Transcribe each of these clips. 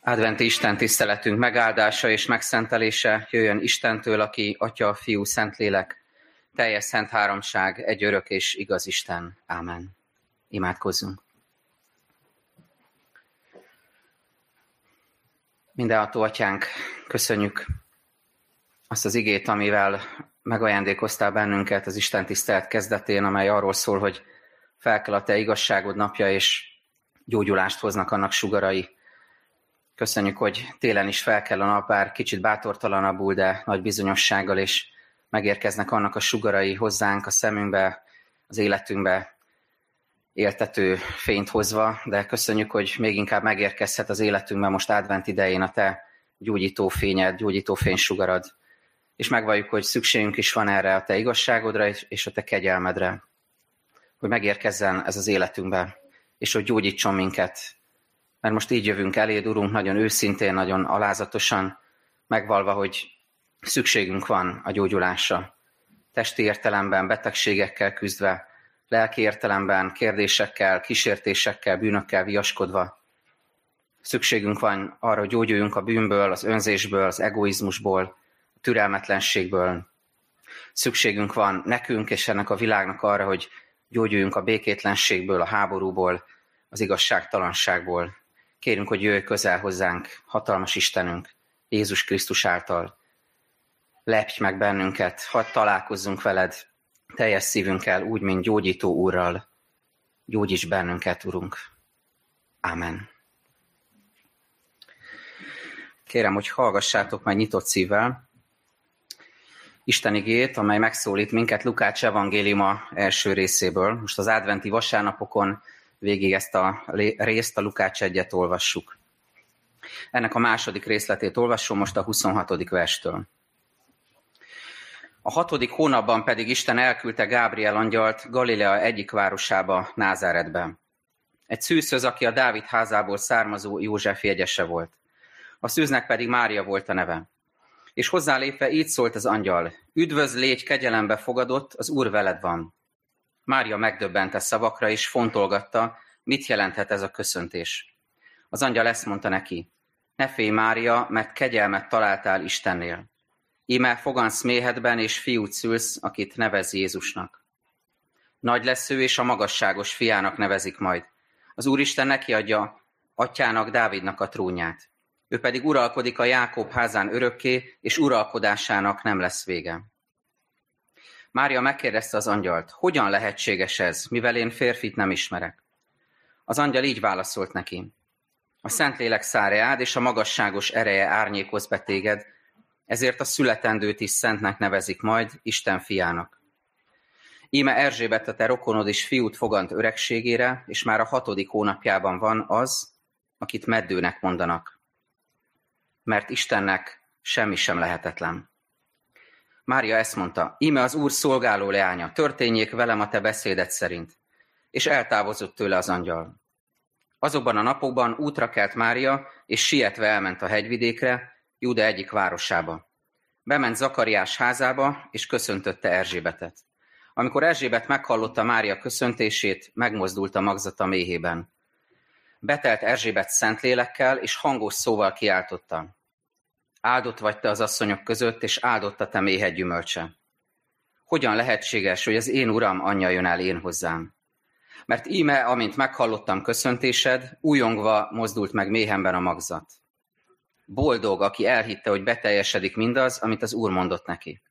Adventi Isten tiszteletünk megáldása és megszentelése jöjjön Istentől, aki Atya, Fiú, Szentlélek, teljes szent háromság, egy örök és igaz Isten. Ámen. Imádkozzunk. Mindenható Atyánk, köszönjük azt az igét, amivel megajándékoztál bennünket az Isten tisztelet kezdetén, amely arról szól, hogy felkel a te igazságod napja, és gyógyulást hoznak annak sugarai. Köszönjük, hogy télen is felkel a nap, bár kicsit bátortalanabbul, de nagy bizonyossággal, és megérkeznek annak a sugarai hozzánk a szemünkbe, az életünkbe éltető fényt hozva, de köszönjük, hogy még inkább megérkezhet az életünkbe most advent idején a te gyógyító fényed, gyógyító fénysugarad. És megvalljuk, hogy szükségünk is van erre a te igazságodra és a te kegyelmedre, hogy megérkezzen ez az életünkbe, és hogy gyógyítson minket. Mert most így jövünk eléd, Urunk, nagyon őszintén, nagyon alázatosan, megvalva, hogy szükségünk van a gyógyulásra. Testi értelemben, betegségekkel küzdve, lelki értelemben, kérdésekkel, kísértésekkel, bűnökkel viaskodva. Szükségünk van arra, hogy gyógyuljunk a bűnből, az önzésből, az egoizmusból, a türelmetlenségből. Szükségünk van nekünk és ennek a világnak arra, hogy gyógyuljunk a békétlenségből, a háborúból, az igazságtalanságból. Kérünk, hogy jöjj közel hozzánk, hatalmas Istenünk, Jézus Krisztus által. Lepj meg bennünket, hadd találkozzunk veled teljes szívünkkel, úgy, mint gyógyító Úrral. Gyógyíts bennünket, Urunk. Ámen. Kérem, hogy hallgassátok meg nyitott szívvel Isten igét, amely megszólít minket Lukács evangéliuma első részéből. Most az adventi vasárnapokon végig ezt a részt, a Lukács 1-et olvassuk. Ennek a második részletét olvasom most a 26. verstől. A 6. hónapban pedig Isten elküldte Gábriel angyalt Galilea egyik városába, Názáretbe. Egy szűzhöz, aki a Dávid házából származó József jegyese volt. A szűznek pedig Mária volt a neve. És hozzálépve így szólt az angyal: Üdvözl, légy kegyelembe fogadott, az Úr veled van. Mária megdöbbent szavakra, és fontolgatta, mit jelenthet ez a köszöntés. Az angyal ezt mondta neki: Ne félj, Mária, mert kegyelmet találtál Istennél. Íme fogansz méhedben, és fiút szülsz, akit nevez Jézusnak. Nagy lesz ő, és a magasságos fiának nevezik majd. Az Úristen neki adja atyának, Dávidnak a trónját. Ő pedig uralkodik a Jákob házán örökké, és uralkodásának nem lesz vége. Mária megkérdezte az angyalt: Hogyan lehetséges ez, mivel én férfit nem ismerek? Az angyal így válaszolt neki: A Szentlélek szár rád, és a magasságos ereje árnyékoz be téged, ezért a születendőt is szentnek nevezik majd, Isten fiának. Íme Erzsébet, a te rokonod is fiút fogant öregségére, és már a 6. hónapjában van az, akit meddőnek mondanak. Mert Istennek semmi sem lehetetlen. Mária ezt mondta: Íme az Úr szolgáló leánya, történjék velem a te beszéded szerint. És eltávozott tőle az angyal. Azokban a napokban útra kelt Mária, és sietve elment a hegyvidékre, Júda egyik városába. Bement Zakariás házába, és köszöntötte Erzsébetet. Amikor Erzsébet meghallotta Mária köszöntését, megmozdult a magzata méhében. Betelt Erzsébet Szentlélekkel, és hangos szóval kiáltotta: Áldott vagy te az asszonyok között, és áldott a te méhed gyümölcse. Hogyan lehetséges, hogy az én uram anyja jön el én hozzám? Mert íme, amint meghallottam köszöntésed, újongva mozdult meg méhemben a magzat. Boldog, aki elhitte, hogy beteljesedik mindaz, amit az Úr mondott neki.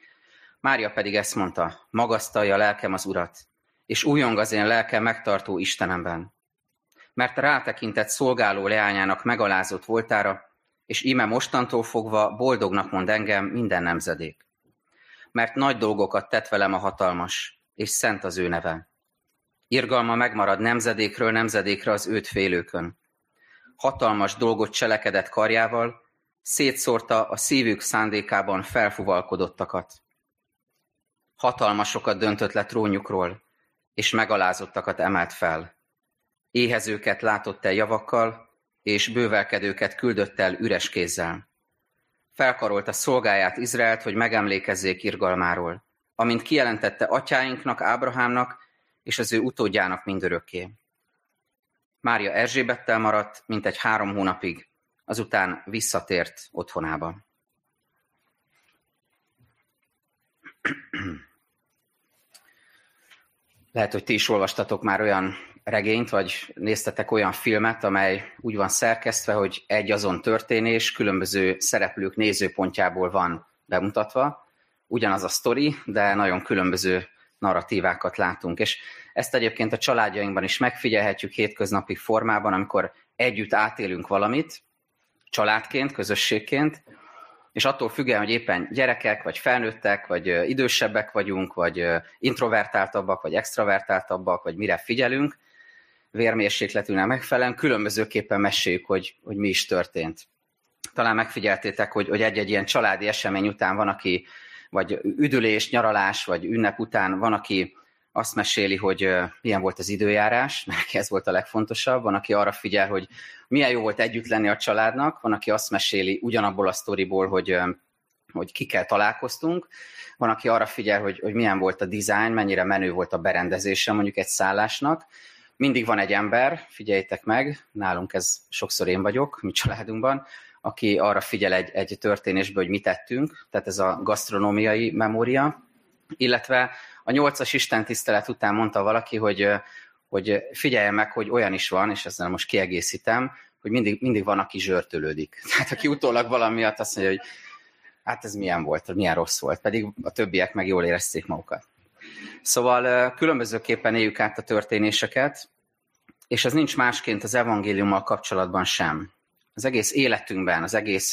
Mária pedig ezt mondta: Magasztalja lelkem az Urat, és újong az én lelkem megtartó Istenemben. Mert rátekintett szolgáló leányának megalázott voltára, és íme mostantól fogva boldognak mond engem minden nemzedék. Mert nagy dolgokat tett velem a hatalmas, és szent az ő neve. Irgalma megmarad nemzedékről nemzedékre az őt félőkön. Hatalmas dolgot cselekedett karjával, szétszórta a szívük szándékában felfuvalkodottakat. Hatalmasokat döntött le trónjukról, és megalázottakat emelt fel. Éhezőket látott el javakkal, és bővelkedőket küldött el üres kézzel. Felkarolta szolgáját Izraelt, hogy megemlékezzék irgalmáról, amint kijelentette atyáinknak, Ábrahámnak, és az ő utódjának mindörökké. Mária Erzsébettel maradt mintegy 3 hónapig, azután visszatért otthonába. Lehet, hogy ti is olvastatok már olyan regényt, vagy néztetek olyan filmet, amely úgy van szerkesztve, hogy egy azon történés különböző szereplők nézőpontjából van bemutatva. Ugyanaz a sztori, de nagyon különböző narratívákat látunk. És ezt egyébként a családjainkban is megfigyelhetjük hétköznapi formában, amikor együtt átélünk valamit, családként, közösségként, és attól függően, hogy éppen gyerekek, vagy felnőttek, vagy idősebbek vagyunk, vagy introvertáltabbak, vagy extravertáltabbak, vagy mire figyelünk, vérmérsékletünknek megfelelően különbözőképpen meséljük, hogy mi is történt. Talán megfigyeltétek, hogy egy-egy ilyen családi esemény után van, aki, vagy üdülés, nyaralás, vagy ünnep után van, aki azt meséli, hogy milyen volt az időjárás, mert ez volt a legfontosabb. Van, aki arra figyel, hogy milyen jó volt együtt lenni a családnak. Van, aki azt meséli ugyanabból a sztoriból, hogy kikkel találkoztunk. Van, aki arra figyel, hogy milyen volt a dizájn, mennyire menő volt a berendezése mondjuk egy szállásnak. Mindig van egy ember, figyeljétek meg, nálunk ez sokszor én vagyok, mi családunkban, aki arra figyel egy történésből, hogy mit tettünk, tehát ez a gasztronómiai memória, illetve a 8-as istentisztelet után mondta valaki, hogy figyeljen meg, hogy olyan is van, és ezzel most kiegészítem, hogy mindig van, aki zsörtölődik. Tehát aki utólag valami miatt azt mondja, hogy hát ez milyen volt, milyen rossz volt, pedig a többiek meg jól érezték magukat. Szóval különbözőképpen éljük át a történéseket, és ez nincs másként az evangéliummal kapcsolatban sem. Az egész életünkben, az egész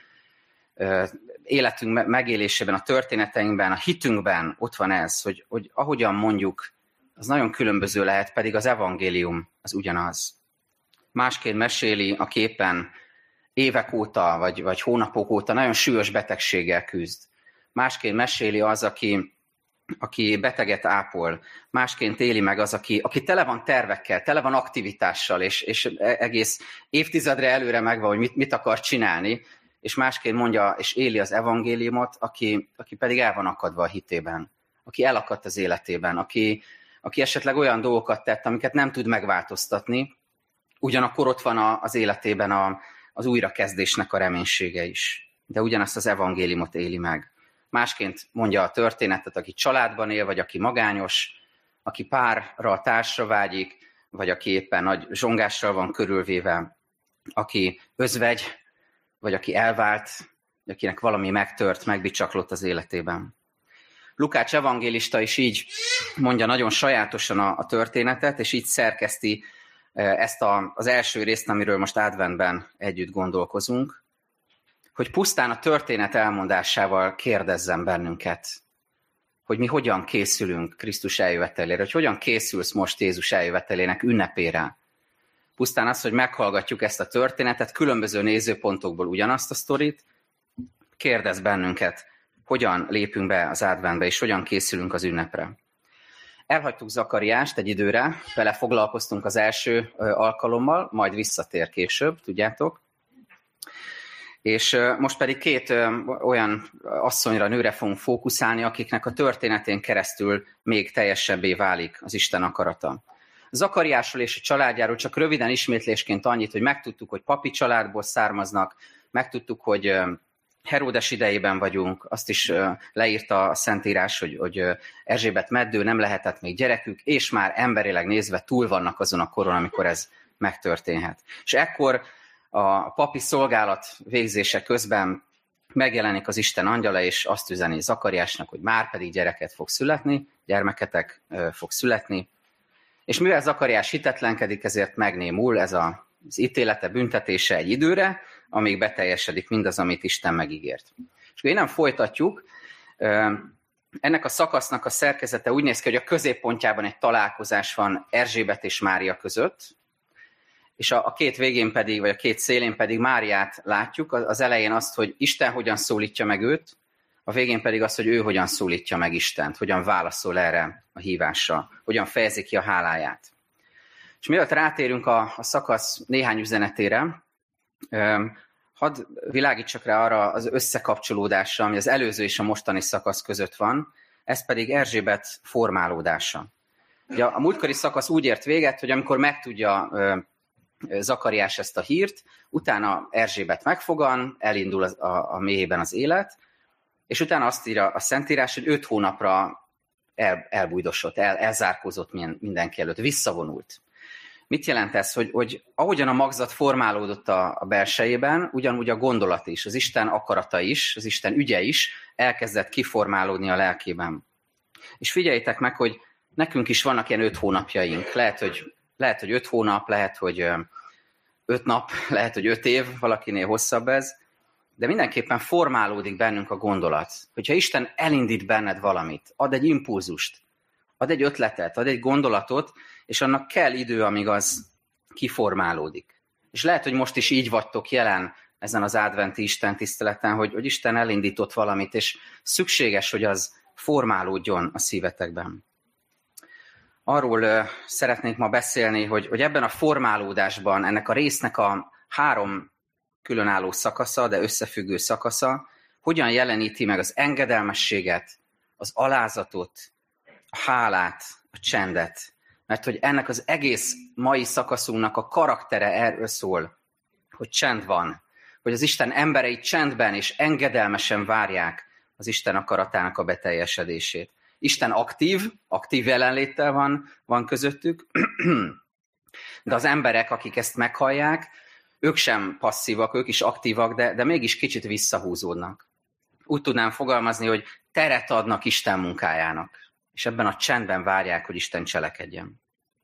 életünk megélésében, a történeteinkben, a hitünkben ott van ez, hogy ahogyan mondjuk, az nagyon különböző lehet, pedig az evangélium az ugyanaz. Másként meséli, aki éppen évek óta, vagy hónapok óta nagyon súlyos betegséggel küzd. Másként meséli az, aki beteget ápol. Másként éli meg az, aki tele van tervekkel, tele van aktivitással, és egész évtizedre előre megvan, hogy mit akar csinálni, és másként mondja, és éli az evangéliumot, aki pedig el van akadva a hitében, aki elakadt az életében, aki esetleg olyan dolgokat tett, amiket nem tud megváltoztatni, ugyanakkor ott van az életében az újrakezdésnek a reménysége is. De ugyanazt az evangéliumot éli meg. Másként mondja a történetet, aki családban él, vagy aki magányos, aki párra, társra vágyik, vagy aki éppen nagy zsongással van körülvéve, aki özvegy, vagy aki elvált, vagy akinek valami megtört, megbicsaklott az életében. Lukács evangélista is így mondja nagyon sajátosan a történetet, és így szerkeszti ezt az első részt, amiről most adventben együtt gondolkozunk, hogy pusztán a történet elmondásával kérdezzen bennünket, hogy mi hogyan készülünk Krisztus eljövetelére, hogy hogyan készülsz most Jézus eljövetelének ünnepére. Pusztán az, hogy meghallgatjuk ezt a történetet, különböző nézőpontokból ugyanazt a sztorit, kérdez bennünket, hogyan lépünk be az adventbe, és hogyan készülünk az ünnepre. Elhagytuk Zakariást egy időre, vele foglalkoztunk az első alkalommal, majd visszatér később, tudjátok. És most pedig két olyan asszonyra, nőre fogunk fókuszálni, akiknek a történetén keresztül még teljesebbé válik az Isten akarata. Zakariásról és a családjáról csak röviden ismétlésként annyit, hogy megtudtuk, hogy papi családból származnak, megtudtuk, hogy Heródes idejében vagyunk, azt is leírta a Szentírás, hogy Erzsébet meddő, nem lehetett még gyerekük, és már emberileg nézve túl vannak azon a koron, amikor ez megtörténhet. És ekkor a papi szolgálat végzése közben megjelenik az Isten angyala, és azt üzeni Zakariásnak, hogy már pedig gyereket fog születni, gyermeketek fog születni. És mivel Zakariás hitetlenkedik, ezért megnémul ez az ítélete, büntetése egy időre, amíg beteljesedik mindaz, amit Isten megígért. És innen folytatjuk. Ennek a szakasznak a szerkezete úgy néz ki, hogy a középpontjában egy találkozás van Erzsébet és Mária között, és a két végén pedig, vagy a két szélén pedig Máriát látjuk, az elején azt, hogy Isten hogyan szólítja meg őt, a végén pedig azt, hogy ő hogyan szólítja meg Istent, hogyan válaszol erre a hívásra, hogyan fejezi ki a háláját. És mielőtt rátérünk a szakasz néhány üzenetére, hadd világítsak rá arra az összekapcsolódásra, ami az előző és a mostani szakasz között van, ez pedig Erzsébet formálódása. Ugye a múltkori szakasz úgy ért véget, hogy amikor megtudja Zakariás ezt a hírt, utána Erzsébet megfogan, elindul a mélyében az élet, és utána azt írja a Szentírás, hogy 5 hónapra elbújdosott, elzárkózott mindenki előtt, visszavonult. Mit jelent ez? Hogy ahogyan a magzat formálódott a belsejében, ugyanúgy a gondolat is, az Isten akarata is, az Isten ügye is elkezdett kiformálódni a lelkében. És figyeljétek meg, hogy nekünk is vannak ilyen 5 hónapjaink. Lehet, hogy 5 hónap, lehet, hogy 5 nap, lehet, hogy 5 év, valakinél hosszabb ez, de mindenképpen formálódik bennünk a gondolat. Hogyha Isten elindít benned valamit, ad egy impulzust, ad egy ötletet, ad egy gondolatot, és annak kell idő, amíg az kiformálódik. És lehet, hogy most is így vagytok jelen ezen az adventi Isten tiszteleten, hogy Isten elindított valamit, és szükséges, hogy az formálódjon a szívetekben. Arról szeretnék ma beszélni, hogy ebben a formálódásban, ennek a résznek a 3 különálló szakasza, de összefüggő szakasza, hogyan jeleníti meg az engedelmességet, az alázatot, a hálát, a csendet. Mert hogy ennek az egész mai szakaszunknak a karaktere erről szól, hogy csend van, hogy az Isten emberei csendben és engedelmesen várják az Isten akaratának a beteljesedését. Isten aktív jelenléttel van közöttük, de az emberek, akik ezt meghallják, ők sem passzívak, ők is aktívak, de mégis kicsit visszahúzódnak. Úgy tudnám fogalmazni, hogy teret adnak Isten munkájának, és ebben a csendben várják, hogy Isten cselekedjen.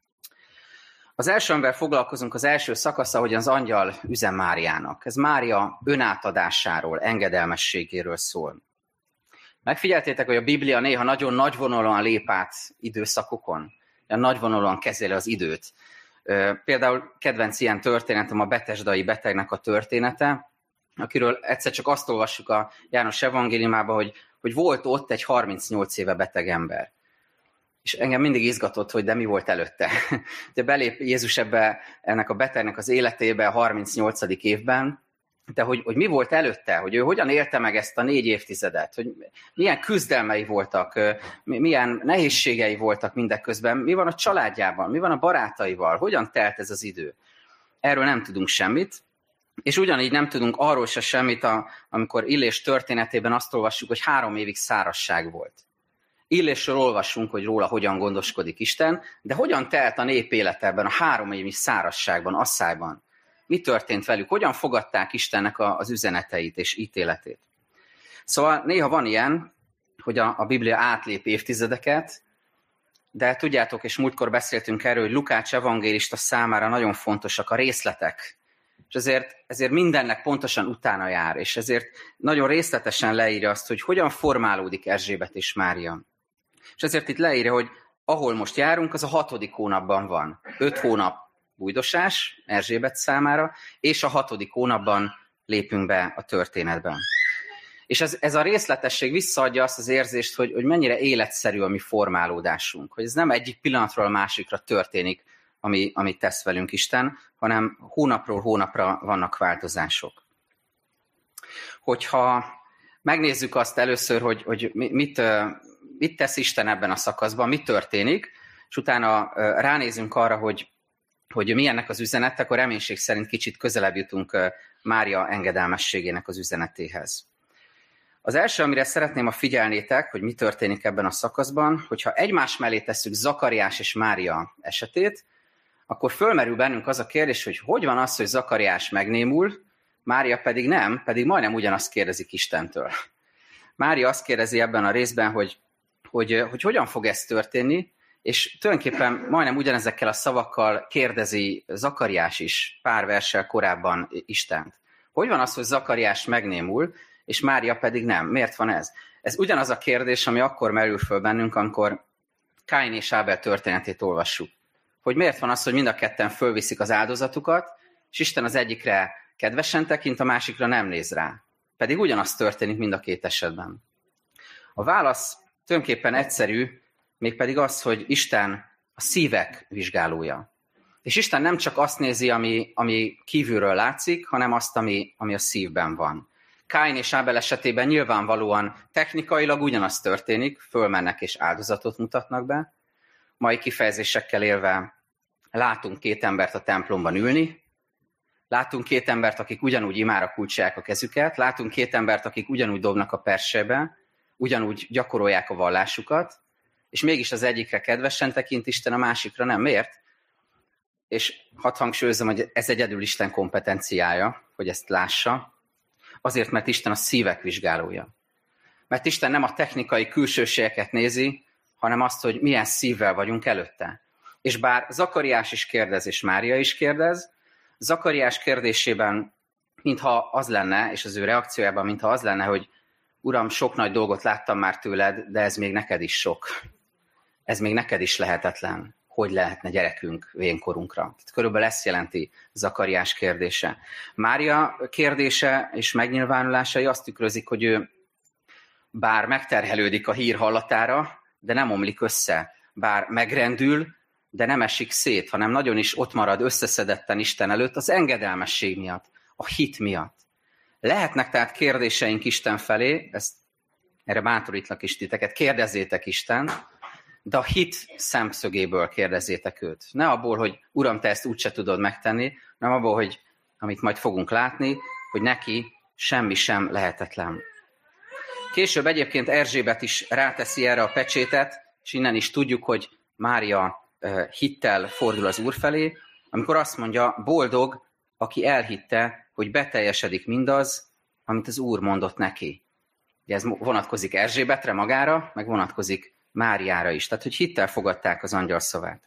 Az első, amivel foglalkozunk, az első szakasza, hogy az angyal üzen Máriának. Ez Mária önátadásáról, engedelmességéről szól. Megfigyeltétek, hogy a Biblia néha nagyon nagyvonalúan lép át időszakokon, nagyvonalúan kezeli az időt. Például kedvenc ilyen történetem a betesdai betegnek a története, akiről egyszer csak azt olvassuk a János evangéliumában, hogy volt ott egy 38 éve beteg ember. És engem mindig izgatott, hogy de mi volt előtte. De belép Jézus ennek a betegnek az életébe a 38. évben, de hogy mi volt előtte, hogy ő hogyan élte meg ezt a 4 évtizedet, hogy milyen küzdelmei voltak, milyen nehézségei voltak mindeközben, mi van a családjában, mi van a barátaival, hogyan telt ez az idő. Erről nem tudunk semmit, és ugyanígy nem tudunk arról se semmit, amikor Illés történetében azt olvassuk, hogy 3 évig szárazság volt. Illésről olvassunk, hogy róla hogyan gondoskodik Isten, de hogyan telt a nép élete ebben a 3 évi szárazságban, asszályban. Mi történt velük? Hogyan fogadták Istennek az üzeneteit és ítéletét? Szóval néha van ilyen, hogy a Biblia átlép évtizedeket, de tudjátok, és múltkor beszéltünk erről, hogy Lukács evangélista számára nagyon fontosak a részletek. És ezért mindennek pontosan utána jár, és ezért nagyon részletesen leírja azt, hogy hogyan formálódik Erzsébet és Mária. És ezért itt leírja, hogy ahol most járunk, az a 6. hónapban van. 5 hónap bújdosás Erzsébet számára, és a 6. hónapban lépünk be a történetben. És ez a részletesség visszaadja azt az érzést, hogy mennyire életszerű a mi formálódásunk. Hogy ez nem egyik pillanatról a másikra történik, amit tesz velünk Isten, hanem hónapról hónapra vannak változások. Hogyha megnézzük azt először, hogy mit tesz Isten ebben a szakaszban, mi történik, és utána ránézünk arra, hogy mi ennek az üzenet, akkor reménység szerint kicsit közelebb jutunk Mária engedelmességének az üzenetéhez. Az első, amire szeretném a figyelnétek, hogy mi történik ebben a szakaszban, hogyha egymás mellé tesszük Zakariás és Mária esetét, akkor fölmerül bennünk az a kérdés, hogy van az, hogy Zakariás megnémul, Mária pedig nem, pedig majdnem ugyanazt kérdezik Istentől. Mária azt kérdezi ebben a részben, hogy hogyan fog ez történni, és tulajdonképpen majdnem ugyanezekkel a szavakkal kérdezi Zakariás is pár verssel korábban Istent. Hogy van az, hogy Zakariás megnémul, és Mária pedig nem? Miért van ez? Ez ugyanaz a kérdés, ami akkor merül föl bennünk, amikor Káin és Ábel történetét olvassuk. Hogy miért van az, hogy mind a ketten fölviszik az áldozatukat, és Isten az egyikre kedvesen tekint, a másikra nem néz rá. Pedig ugyanaz történik mind a 2 esetben. A válasz tulajdonképpen egyszerű, mégpedig az, hogy Isten a szívek vizsgálója. És Isten nem csak azt nézi, ami kívülről látszik, hanem azt, ami a szívben van. Káin és Ábel esetében nyilvánvalóan technikailag ugyanaz történik, fölmennek és áldozatot mutatnak be. Mai kifejezésekkel élve látunk 2 embert a templomban ülni, Látunk két embert, akik ugyanúgy imára kulcsolják a kezüket, látunk két embert, akik ugyanúgy dobnak a persebe, ugyanúgy gyakorolják a vallásukat, és mégis az egyikre kedvesen tekint Isten, a másikra nem. Miért? És hadd hangsúlyozom, hogy ez egyedül Isten kompetenciája, hogy ezt lássa. Azért, mert Isten a szívek vizsgálója. Mert Isten nem a technikai külsőségeket nézi, hanem azt, hogy milyen szívvel vagyunk előtte. És bár Zakariás is kérdez, és Mária is kérdez, Zakariás kérdésében mintha az lenne, és az ő reakciójában mintha az lenne, hogy Uram, sok nagy dolgot láttam már tőled, de ez még neked is sok. Ez még neked is lehetetlen. Hogy lehetne gyerekünk vénkorunkra? Körülbelül ezt jelenti Zakariás kérdése. Mária kérdése és megnyilvánulásai azt tükrözik, hogy ő bár megterhelődik a hír hallatára, de nem omlik össze. Bár megrendül, de nem esik szét, hanem nagyon is ott marad összeszedetten Isten előtt az engedelmesség miatt, a hit miatt. Lehetnek tehát kérdéseink Isten felé, erre bátorítlak is titeket, kérdezzétek Isten, de a hit szemszögéből kérdezzétek őt. Ne abból, hogy Uram, te ezt úgyse tudod megtenni, hanem abból, hogy amit majd fogunk látni, hogy neki semmi sem lehetetlen. Később egyébként Erzsébet is ráteszi erre a pecsétet, és innen is tudjuk, hogy Mária hittel fordul az Úr felé, amikor azt mondja, boldog, aki elhitte, hogy beteljesedik mindaz, amit az Úr mondott neki. Ugye ez vonatkozik Erzsébetre magára, meg vonatkozik Máriára is. Tehát, hogy hittel fogadták az angyal szavát.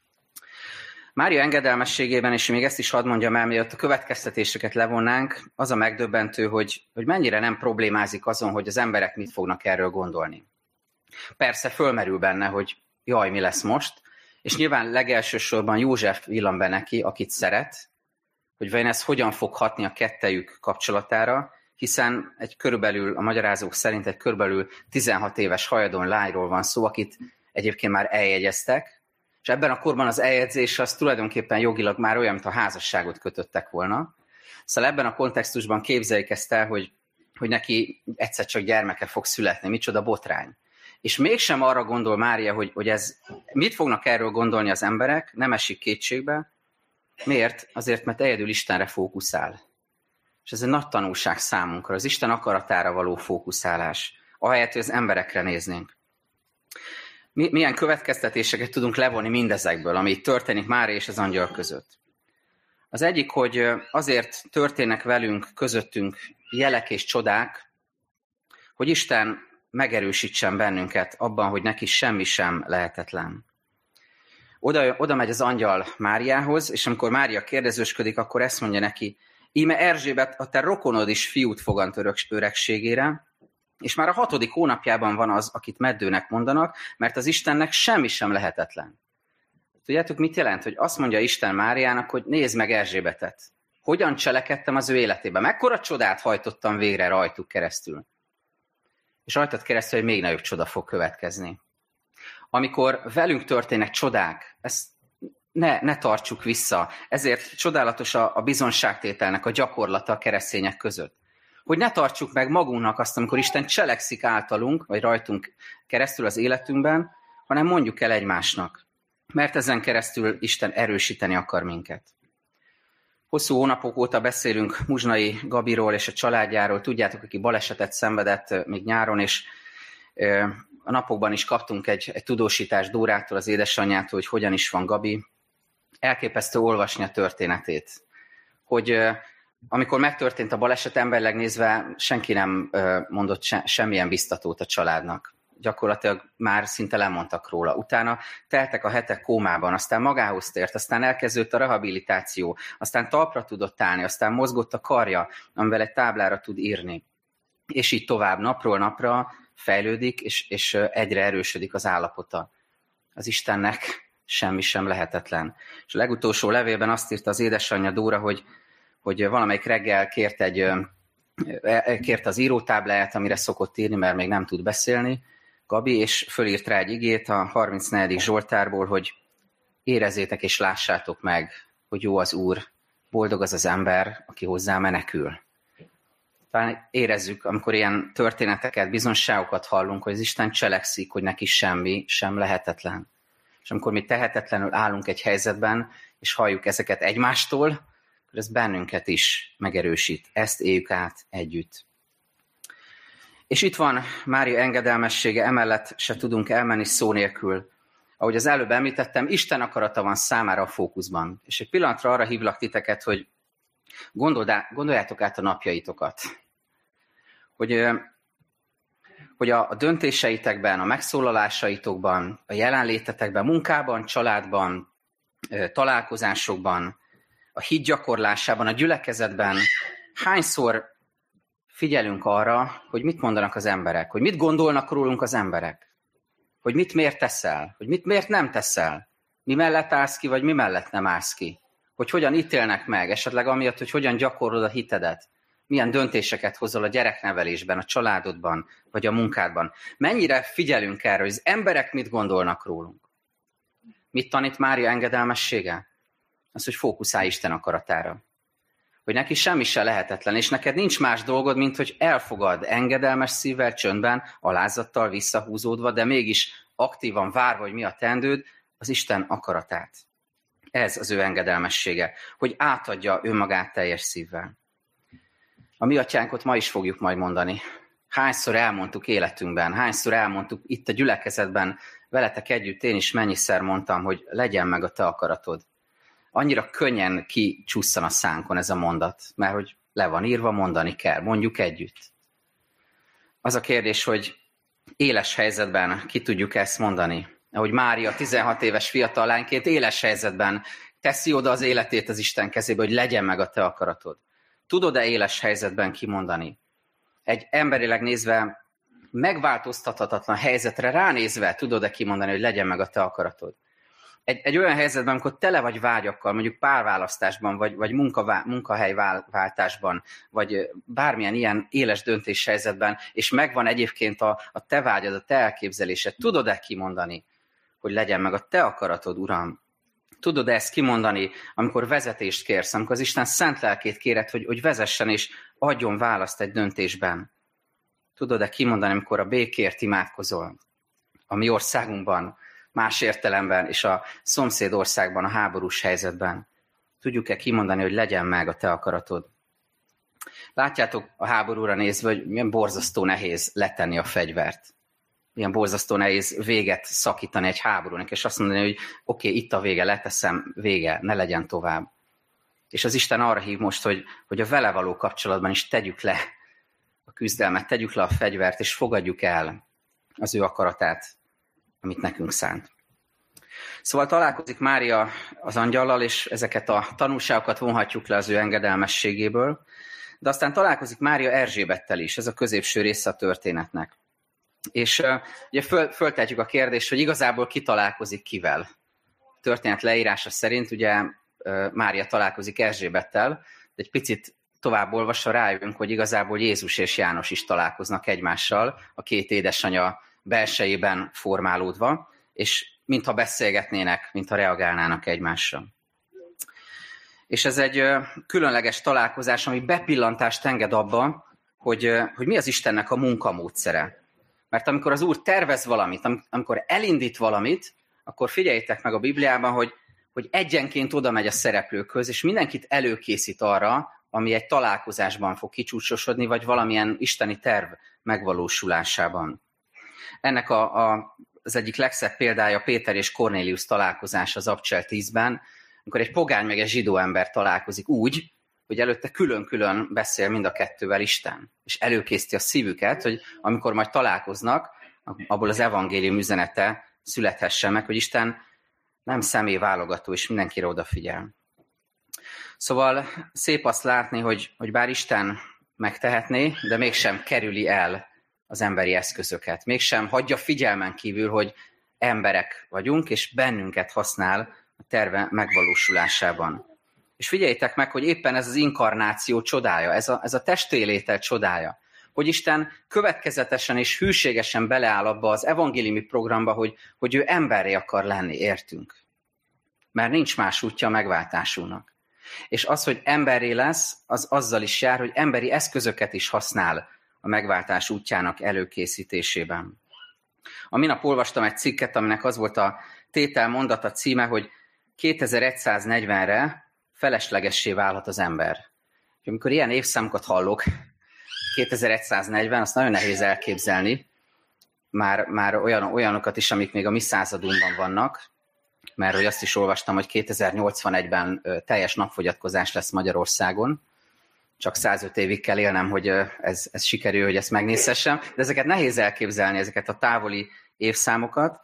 Mária engedelmességében, és még ezt is hadd mondjam el, mielőtt a következtetéseket levonnánk, az a megdöbbentő, hogy mennyire nem problémázik azon, hogy az emberek mit fognak erről gondolni. Persze fölmerül benne, hogy jaj, mi lesz most, és nyilván legelsősorban József villan be neki, akit szeret, hogy vajon ez hogyan fog hatni a kettejük kapcsolatára, hiszen a magyarázók szerint egy körülbelül 16 éves hajadon lányról van szó, akit egyébként már eljegyeztek, és ebben a korban az eljegyzés az tulajdonképpen jogilag már olyan, mint a házasságot kötöttek volna. Szóval ebben a kontextusban képzeljék ezt el, hogy neki egyszer csak gyermeke fog születni, micsoda botrány. És mégsem arra gondol Mária, hogy ez mit fognak erről gondolni az emberek, nem esik kétségbe. Miért? Azért, mert egyedül Istenre fókuszál. És ez egy nagy tanulság számunkra, az Isten akaratára való fókuszálás, ahelyett, hogy az emberekre néznénk. Milyen következtetéseket tudunk levonni mindezekből, ami itt történik Mária és az angyal között? Az egyik, hogy azért történnek velünk, közöttünk jelek és csodák, hogy Isten megerősítsen bennünket abban, hogy neki semmi sem lehetetlen. Oda megy az angyal Máriához, és amikor Mária kérdezősködik, akkor ezt mondja neki, íme Erzsébet, a te rokonod is fiút fogant öregségére, és már a 6. hónapjában van az, akit meddőnek mondanak, mert az Istennek semmi sem lehetetlen. Tudjátok, mit jelent? Hogy azt mondja Isten Máriának, hogy nézd meg Erzsébetet. Hogyan cselekedtem az ő életében? Mekkora csodát hajtottam végre rajtuk keresztül? És rajtad keresztül egy még nagyobb csoda fog következni. Amikor velünk történnek csodák, ezt ne tartsuk vissza. Ezért csodálatos a bizonságtételnek a gyakorlata a keresztények között. Hogy ne tartsuk meg magunknak azt, amikor Isten cselekszik általunk, vagy rajtunk keresztül az életünkben, hanem mondjuk el egymásnak. Mert ezen keresztül Isten erősíteni akar minket. Hosszú hónapok óta beszélünk Muzsnai Gabiról és a családjáról. Tudjátok, aki balesetet szenvedett még nyáron, és a napokban is kaptunk egy tudósítást Dórától, az édesanyjától, hogy hogyan is van Gabi. Elképesztő olvasni a történetét. Hogy amikor megtörtént a baleset, emberileg nézve senki nem mondott semmilyen biztatót a családnak. Gyakorlatilag már szinte lemondtak róla. Utána teltek a hetek kómában, aztán magához tért, aztán elkezdődött a rehabilitáció, aztán talpra tudott állni, aztán mozgott a karja, amivel egy táblára tud írni. És így tovább napról napra fejlődik, és egyre erősödik az állapota. Az Istennek semmi sem lehetetlen. És a legutolsó levélben azt írta az édesanyja Dóra, hogy valamelyik reggel kért az írótábláját, amire szokott írni, mert még nem tud beszélni, Gabi, és fölírt rá egy igét a 34. Zsoltárból, hogy érezzétek és lássátok meg, hogy jó az Úr, boldog az az ember, aki hozzá menekül. Talán érezzük, amikor ilyen történeteket, bizonságokat hallunk, hogy az Isten cselekszik, hogy neki semmi sem lehetetlen. És amikor mi tehetetlenül állunk egy helyzetben, és halljuk ezeket egymástól, akkor ez bennünket is megerősít. Ezt éljük át együtt. És itt van Mária engedelmessége, emellett se tudunk elmenni szó nélkül. Ahogy az előbb említettem, Isten akarata van számára a fókuszban. És egy pillanatra arra hívlak titeket, hogy gondoljátok át a napjaitokat. Hogy a döntéseitekben, a megszólalásaitokban, a jelenlétetekben, munkában, családban, találkozásokban, a hit gyakorlásában, a gyülekezetben hányszor figyelünk arra, hogy mit mondanak az emberek, hogy mit gondolnak rólunk az emberek, hogy mit miért teszel, hogy mit miért nem teszel, mi mellett állsz ki, vagy mi mellett nem állsz ki, hogy hogyan ítélnek meg, esetleg amiatt, hogy hogyan gyakorolod a hitedet, milyen döntéseket hozol a gyereknevelésben, a családodban, vagy a munkádban. Mennyire figyelünk erre, hogy az emberek mit gondolnak rólunk. Mit tanít Mária engedelmessége? Az, hogy fókuszálj Isten akaratára. Hogy neki semmi se lehetetlen, és neked nincs más dolgod, mint hogy elfogad engedelmes szívvel, csöndben, alázattal, visszahúzódva, de mégis aktívan várva, hogy mi a teendőd, az Isten akaratát. Ez az ő engedelmessége, hogy átadja önmagát teljes szívvel. A mi atyánkot ma is fogjuk majd mondani. Hányszor elmondtuk életünkben, hányszor elmondtuk itt a gyülekezetben, veletek együtt én is mennyiszer mondtam, hogy legyen meg a te akaratod. Annyira könnyen kicsusszan a szánkon ez a mondat, mert hogy le van írva, mondani kell, mondjuk együtt. Az a kérdés, hogy éles helyzetben ki tudjuk ezt mondani. Ahogy Mária 16 éves fiatal lányként éles helyzetben teszi oda az életét az Isten kezébe, hogy legyen meg a te akaratod. Tudod-e éles helyzetben kimondani? Egy emberileg nézve megváltoztathatatlan helyzetre ránézve tudod-e kimondani, hogy legyen meg a te akaratod? Egy olyan helyzetben, amikor tele vagy vágyakkal, mondjuk párválasztásban, vagy munkahelyváltásban, vagy bármilyen ilyen éles döntéshelyzetben, és megvan egyébként a te vágyad, a te elképzelésed, tudod-e kimondani, hogy legyen meg a te akaratod, Uram? Tudod-e ezt kimondani, amikor vezetést kérsz, amikor az Isten szent lelkét kéred, hogy vezessen és adjon választ egy döntésben? Tudod-e kimondani, amikor a békért imádkozol? A mi országunkban, más értelemben, és a szomszéd országban, a háborús helyzetben. Tudjuk-e kimondani, hogy legyen meg a te akaratod? Látjátok a háborúra nézve, hogy milyen borzasztó nehéz letenni a fegyvert. Milyen borzasztó nehéz véget szakítani egy háborúnak, és azt mondani, hogy oké, itt a vége, leteszem, vége, ne legyen tovább. És az Isten arra hív most, hogy a vele való kapcsolatban is tegyük le a küzdelmet, tegyük le a fegyvert, és fogadjuk el az ő akaratát, amit nekünk szánt. Szóval találkozik Mária az angyallal, és ezeket a tanulságokat vonhatjuk le az ő engedelmességéből, de aztán találkozik Mária Erzsébettel is, ez a középső része a történetnek. És ugye föltehetjük a kérdést, hogy igazából ki találkozik kivel. A történet leírása szerint ugye Mária találkozik Erzsébettel, de egy picit tovább olvasva rájövünk, hogy igazából Jézus és János is találkoznak egymással, a két édesanyja belsejében formálódva, és mintha beszélgetnének, mintha reagálnának egymásra. És ez egy különleges találkozás, ami bepillantást enged abba, hogy mi az Istennek a munkamódszere. Mert amikor az Úr tervez valamit, amikor elindít valamit, akkor figyeljétek meg a Bibliában, hogy egyenként oda megy a szereplőkhöz, és mindenkit előkészít arra, ami egy találkozásban fog kicsúcsosodni, vagy valamilyen isteni terv megvalósulásában. Ennek az egyik legszebb példája Péter és Kornélius találkozás az Abcsel 10-ben, amikor egy pogány meg egy zsidó ember találkozik úgy, hogy előtte külön-külön beszél mind a kettővel Isten, és előkészíti a szívüket, hogy amikor majd találkoznak, abból az evangélium üzenete születhessen meg, hogy Isten nem személyválogató, és mindenkire odafigyel. Szóval szép azt látni, hogy bár Isten megtehetné, de mégsem kerüli el az emberi eszközöket. Mégsem hagyja figyelmen kívül, hogy emberek vagyunk, és bennünket használ a terve megvalósulásában. És figyeljétek meg, hogy éppen ez az inkarnáció csodája, ez a testélétel csodája, hogy Isten következetesen és hűségesen beleáll abba az evangéliumi programba, hogy ő emberré akar lenni, értünk. Mert nincs más útja a megváltásunknak. És az, hogy emberré lesz, az azzal is jár, hogy emberi eszközöket is használ a megváltás útjának előkészítésében. A minap olvastam egy cikket, aminek az volt a tétel mondata címe, hogy 2140-re feleslegessé válhat az ember. Amikor ilyen évszámokat hallok, 2140, azt nagyon nehéz elképzelni, már olyanokat is, amik még a mi századunkban vannak, mert hogy azt is olvastam, hogy 2081-ben teljes napfogyatkozás lesz Magyarországon, csak 105 évig kell élnem, hogy ez sikerül, hogy ezt megnézhessem, de ezeket nehéz elképzelni, ezeket a távoli évszámokat,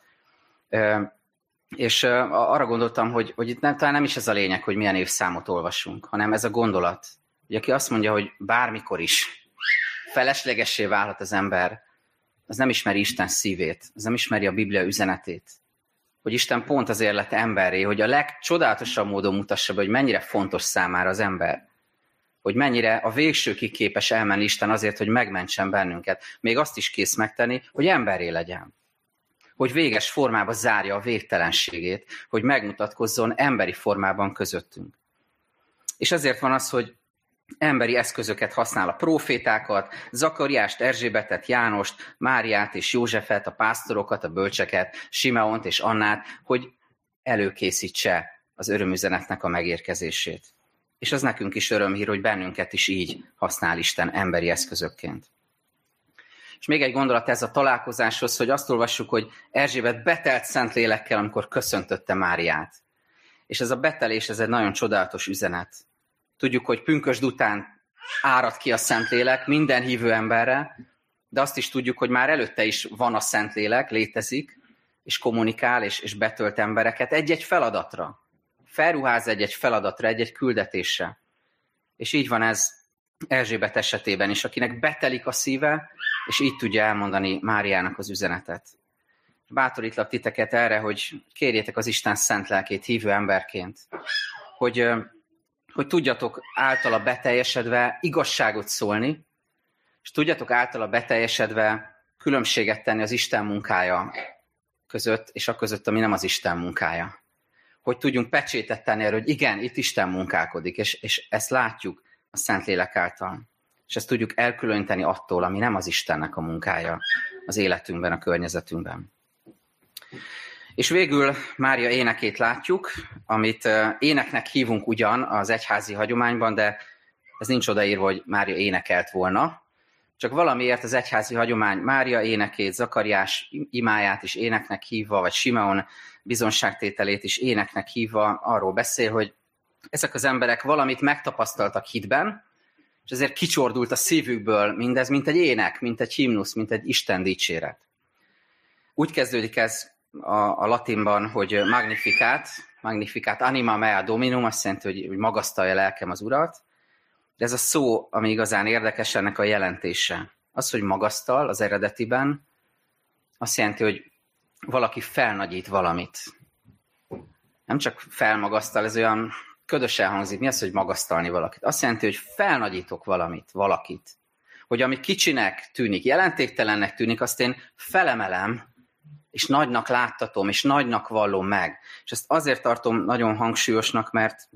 és arra gondoltam, hogy itt talán nem is ez a lényeg, hogy milyen évszámot olvasunk, hanem ez a gondolat, hogy aki azt mondja, hogy bármikor is feleslegessé válhat az ember, az nem ismeri Isten szívét, az nem ismeri a Biblia üzenetét, hogy Isten pont azért lett emberré, hogy a legcsodálatosabb módon mutassa be, hogy mennyire fontos számára az ember, hogy mennyire a végsőkig képes elmenni Isten azért, hogy megmentsen bennünket. Még azt is kész megtenni, hogy emberré legyen. Hogy véges formában zárja a végtelenségét, hogy megmutatkozzon emberi formában közöttünk. És ezért van az, hogy emberi eszközöket használ, a prófétákat, Zakariást, Erzsébetet, Jánost, Máriát és Józsefet, a pásztorokat, a bölcseket, Simeont és Annát, hogy előkészítse az örömüzenetnek a megérkezését. És az nekünk is örömhír, hogy bennünket is így használ Isten emberi eszközökként. És még egy gondolat ez a találkozáshoz, hogy azt olvassuk, hogy Erzsébet betelt Szentlélekkel, amikor köszöntötte Máriát. És ez a betelés, ez egy nagyon csodálatos üzenet. Tudjuk, hogy pünkösd után árad ki a Szentlélek minden hívő emberre, de azt is tudjuk, hogy már előtte is van a Szentlélek, létezik, és kommunikál, és betölt embereket egy-egy feladatra. Felruház egy-egy feladatra, egy-egy küldetésre. És így van ez Erzsébet esetében is, akinek betelik a szíve, és így tudja elmondani Máriának az üzenetet. Bátorítlak titeket erre, hogy kérjétek az Isten szent lelkét hívő emberként, hogy tudjatok általa beteljesedve igazságot szólni, és tudjatok általa beteljesedve különbséget tenni az Isten munkája között, és a között, ami nem az Isten munkája. Hogy tudjunk pecsétet tenni erről, hogy igen, itt Isten munkálkodik, és ezt látjuk a Szentlélek által. És ezt tudjuk elkülöníteni attól, ami nem az Istennek a munkája az életünkben, a környezetünkben. És végül Mária énekét látjuk, amit éneknek hívunk ugyan az egyházi hagyományban, de ez nincs odaírva, hogy Mária énekelt volna. Csak valamiért az egyházi hagyomány Mária énekét, Zakariás imáját is éneknek hívva, vagy Simeon bizonságtételét is éneknek hívva arról beszél, hogy ezek az emberek valamit megtapasztaltak hitben, és ezért kicsordult a szívükből mindez, mint egy ének, mint egy himnusz, mint egy Isten dicséret. Úgy kezdődik ez a latinban, hogy magnificat anima mea dominum, azt jelenti, hogy magasztalja lelkem az Urat, de ez a szó, ami igazán érdekes, ennek a jelentése. Az, hogy magasztal az eredetiben, azt jelenti, hogy valaki felnagyít valamit. Nem csak felmagasztal, ez olyan ködösen hangzik. Mi az, hogy magasztalni valakit? Azt jelenti, hogy felnagyítok valakit. Hogy ami kicsinek tűnik, jelentéktelennek tűnik, azt én felemelem, és nagynak láttatom, és nagynak vallom meg. És ezt azért tartom nagyon hangsúlyosnak, mert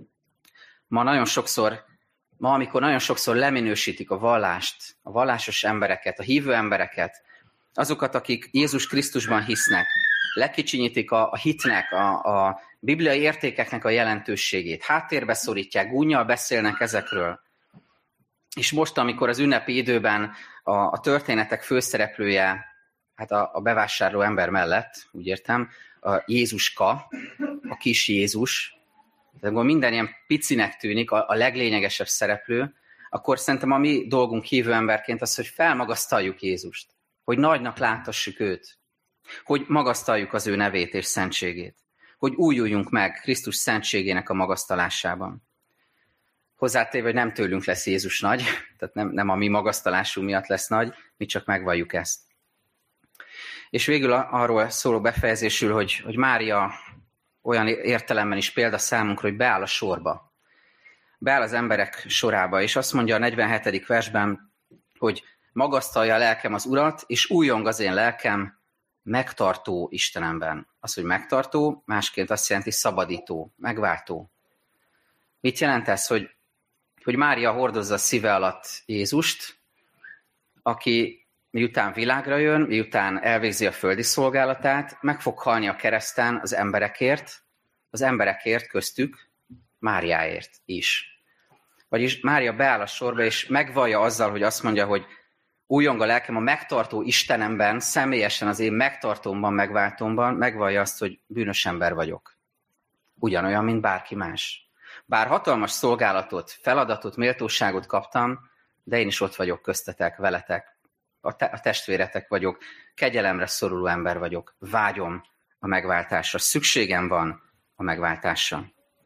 amikor nagyon sokszor leminősítik a vallást, a vallásos embereket, a hívő embereket, azokat, akik Jézus Krisztusban hisznek, lekicsinyítik a hitnek, a bibliai értékeknek a jelentőségét, háttérbe szorítják, gúnnyal beszélnek ezekről. És most, amikor az ünnepi időben a történetek főszereplője, hát a bevásárló ember mellett, úgy értem, a Jézuska, a kis Jézus, tehát amikor minden ilyen picinek tűnik, a leglényegesebb szereplő, akkor szerintem a mi dolgunk hívő emberként az, hogy felmagasztaljuk Jézust, hogy nagynak láthassuk őt, hogy magasztaljuk az ő nevét és szentségét, hogy újuljunk meg Krisztus szentségének a magasztalásában. Hozzátéve, hogy nem tőlünk lesz Jézus nagy, tehát nem a mi magasztalásunk miatt lesz nagy, mi csak megvalljuk ezt. És végül arról szóló befejezésül, hogy Mária olyan értelemben is példa számunkra, hogy beáll a sorba. Beáll az emberek sorába, és azt mondja a 47. versben, hogy magasztalja a lelkem az Urat, és újjong az én lelkem megtartó Istenemben. Az, hogy megtartó, másként azt jelenti szabadító, megváltó. Mit jelent ez, hogy Mária hordozza a szíve alatt Jézust, aki miután világra jön, miután elvégzi a földi szolgálatát, meg fog halni a kereszten az emberekért köztük, Máriáért is. Vagyis Mária beáll a sorba, és megvallja azzal, hogy azt mondja, hogy újjong a lelkem a megtartó Istenemben, személyesen az én megtartómban, megváltómban, megvallja azt, hogy bűnös ember vagyok. Ugyanolyan, mint bárki más. Bár hatalmas szolgálatot, feladatot, méltóságot kaptam, de én is ott vagyok köztetek, veletek. A testvéretek vagyok, kegyelemre szoruló ember vagyok. Vágyom a megváltásra. Szükségem van a megváltásra.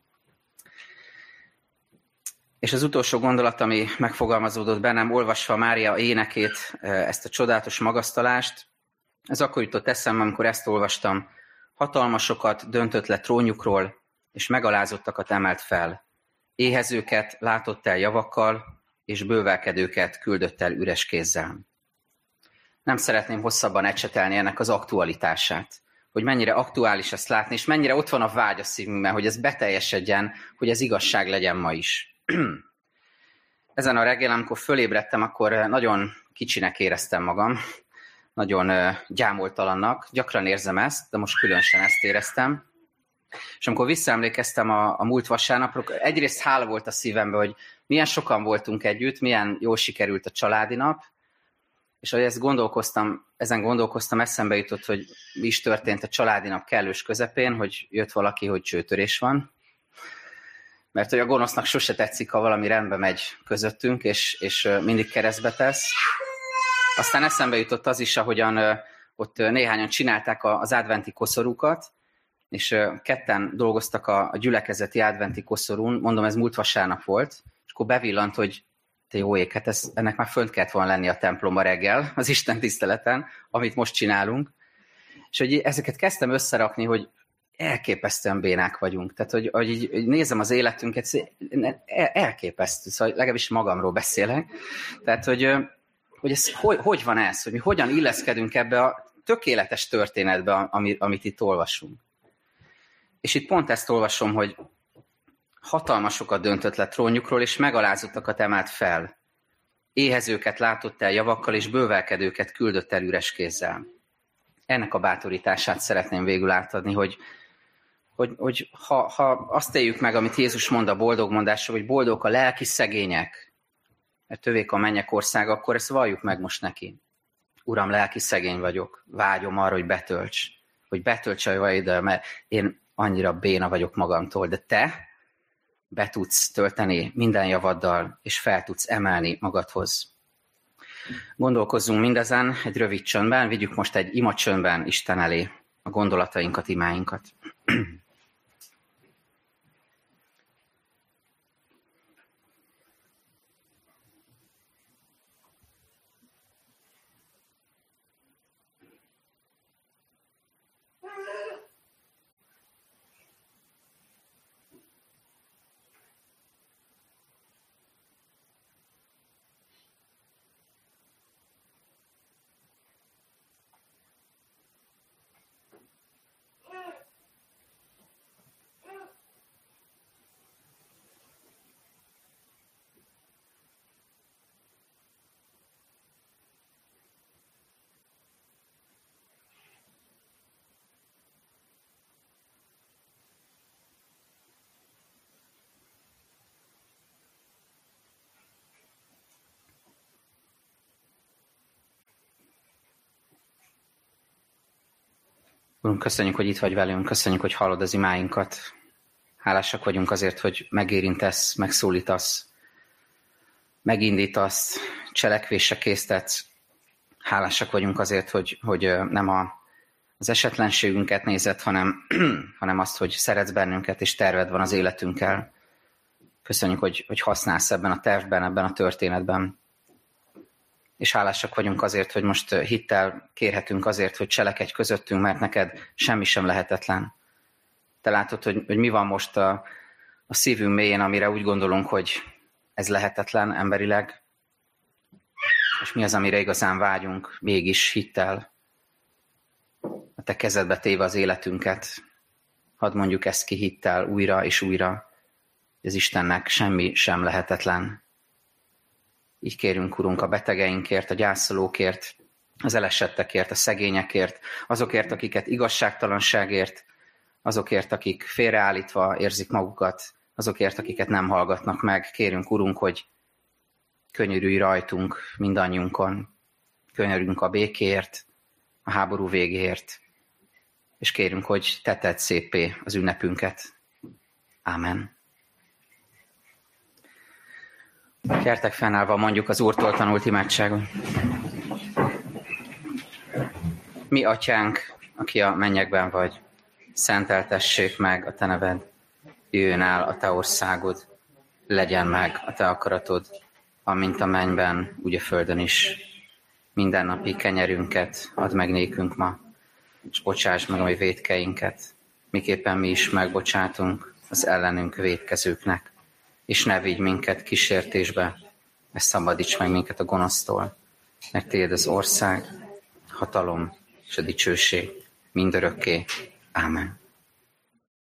És az utolsó gondolat, ami megfogalmazódott bennem, olvasva Mária énekét, ezt a csodálatos magasztalást, ez akkor jutott eszembe, amikor ezt olvastam. Hatalmasokat döntött le trónjukról, és megalázottakat emelt fel. Éhezőket látott el javakkal, és bővelkedőket küldött el üres kézzel. Nem szeretném hosszabban ecsetelni ennek az aktualitását, hogy mennyire aktuális ezt látni, és mennyire ott van a vágy a szívünkben, hogy ez beteljesedjen, hogy ez igazság legyen ma is. Ezen a reggelen, amikor fölébredtem, akkor nagyon kicsinek éreztem magam, nagyon gyámoltalannak, gyakran érzem ezt, de most különösen ezt éreztem. És amikor visszaemlékeztem a múlt vasárnapra, egyrészt hála volt a szívemben, hogy milyen sokan voltunk együtt, milyen jól sikerült a családi nap, és ahogy ezen gondolkoztam, eszembe jutott, hogy mi is történt a családi nap kellős közepén, hogy jött valaki, hogy csőtörés van. Mert hogy a gonosznak sose tetszik, ha valami rendbe megy közöttünk, és mindig keresztbe tesz. Aztán eszembe jutott az is, ahogyan ott néhányan csinálták az adventi koszorúkat, és ketten dolgoztak a gyülekezeti adventi koszorún, mondom, ez múlt vasárnap volt, és akkor bevillant, hogy te jó ég, hát ennek már fönt kellett volna lenni a templomba reggel, az Isten tiszteleten, amit most csinálunk. És hogy ezeket kezdtem összerakni, hogy elképesztően bénák vagyunk. Tehát, hogy így nézem az életünket, elképesztő, szóval legalábbis magamról beszélek. Tehát, hogy ez, hogy van ez, hogy mi hogyan illeszkedünk ebbe a tökéletes történetbe, amit itt olvasunk. És itt pont ezt olvasom, hogy hatalmasokat döntött le trónjukról, és megalázottakat emelt fel. Éhezőket látott el javakkal, és bővelkedőket küldött el üres kézzel. Ennek a bátorítását szeretném végül átadni, hogy ha azt éljük meg, amit Jézus mond a boldog mondásra, hogy boldog a lelki szegények, mert övék a mennyek országa, akkor ezt valljuk meg most neki. Uram, lelki szegény vagyok, vágyom arra, hogy betölts a javaiddal, mert én annyira béna vagyok magamtól, de te be tudsz tölteni minden javaddal, és fel tudsz emelni magadhoz. Gondolkozzunk mindezen egy rövid csöndben, vigyük most egy imacsöndben Isten elé a gondolatainkat, imáinkat. Urunk, köszönjük, hogy itt vagy velünk, köszönjük, hogy hallod az imáinkat. Hálásak vagyunk azért, hogy megérintesz, megszólítasz, megindítasz, cselekvésre késztetsz. Hálásak vagyunk azért, hogy nem az esetlenségünket nézed, hanem azt, hogy szeretsz bennünket, és terved van az életünkkel. Köszönjük, hogy használsz ebben a tervben, ebben a történetben. És hálásak vagyunk azért, hogy most hittel kérhetünk azért, hogy cselekedj közöttünk, mert neked semmi sem lehetetlen. Te látod, hogy mi van most a szívünk mélyén, amire úgy gondolunk, hogy ez lehetetlen emberileg, és mi az, amire igazán vágyunk, mégis hittel. A te kezedbe téve az életünket. Hadd mondjuk ezt ki hittel újra és újra, hogy az Istennek semmi sem lehetetlen. Így kérünk, Urunk, a betegeinkért, a gyászolókért, az elesettekért, a szegényekért, azokért, akiket igazságtalanságért, azokért, akik félreállítva érzik magukat, azokért, akiket nem hallgatnak meg. Kérünk, Urunk, hogy könyörülj rajtunk, mindannyiunkon. Könyörülünk a békéért, a háború végéért, és kérünk, hogy te tedd széppé az ünnepünket. Ámen. Gyertek fennállva, mondjuk az Úrtól tanult imádságot. Mi, Atyánk, aki a mennyekben vagy, szenteltessék meg a te neved, jöjjön el a te országod, legyen meg a te akaratod, amint a mennyben, úgy a földön is. Mindennapi kenyerünket add meg nékünk ma, és bocsáss meg a mi vétkeinket, miképpen mi is megbocsátunk az ellenünk vétkezőknek, és ne vigy minket kísértésbe, és szabadíts meg minket a gonosztól, mert tiéd az ország, hatalom és a dicsőség mindörökké. Ámen.